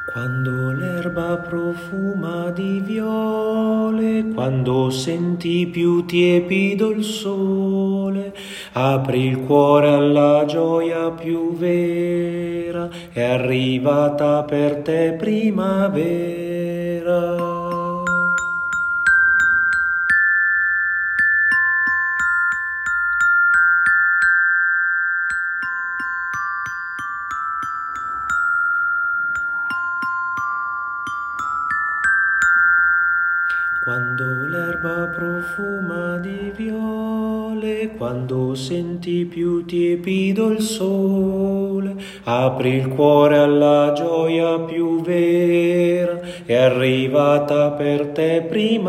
Quando l'erba profuma di viole, quando senti più tiepido il sole, apri il cuore alla gioia più vera, è arrivata per te primavera. Quando l'erba profuma di viole, quando senti più tiepido il sole, apri il cuore alla gioia più vera, è arrivata per te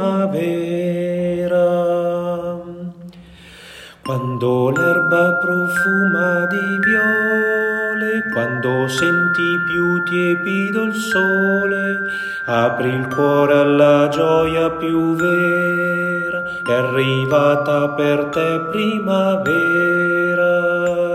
primavera. Quando l'erba profuma di viole, quando senti più tiepido il sole, apri il cuore alla gioia più vera, è arrivata per te primavera.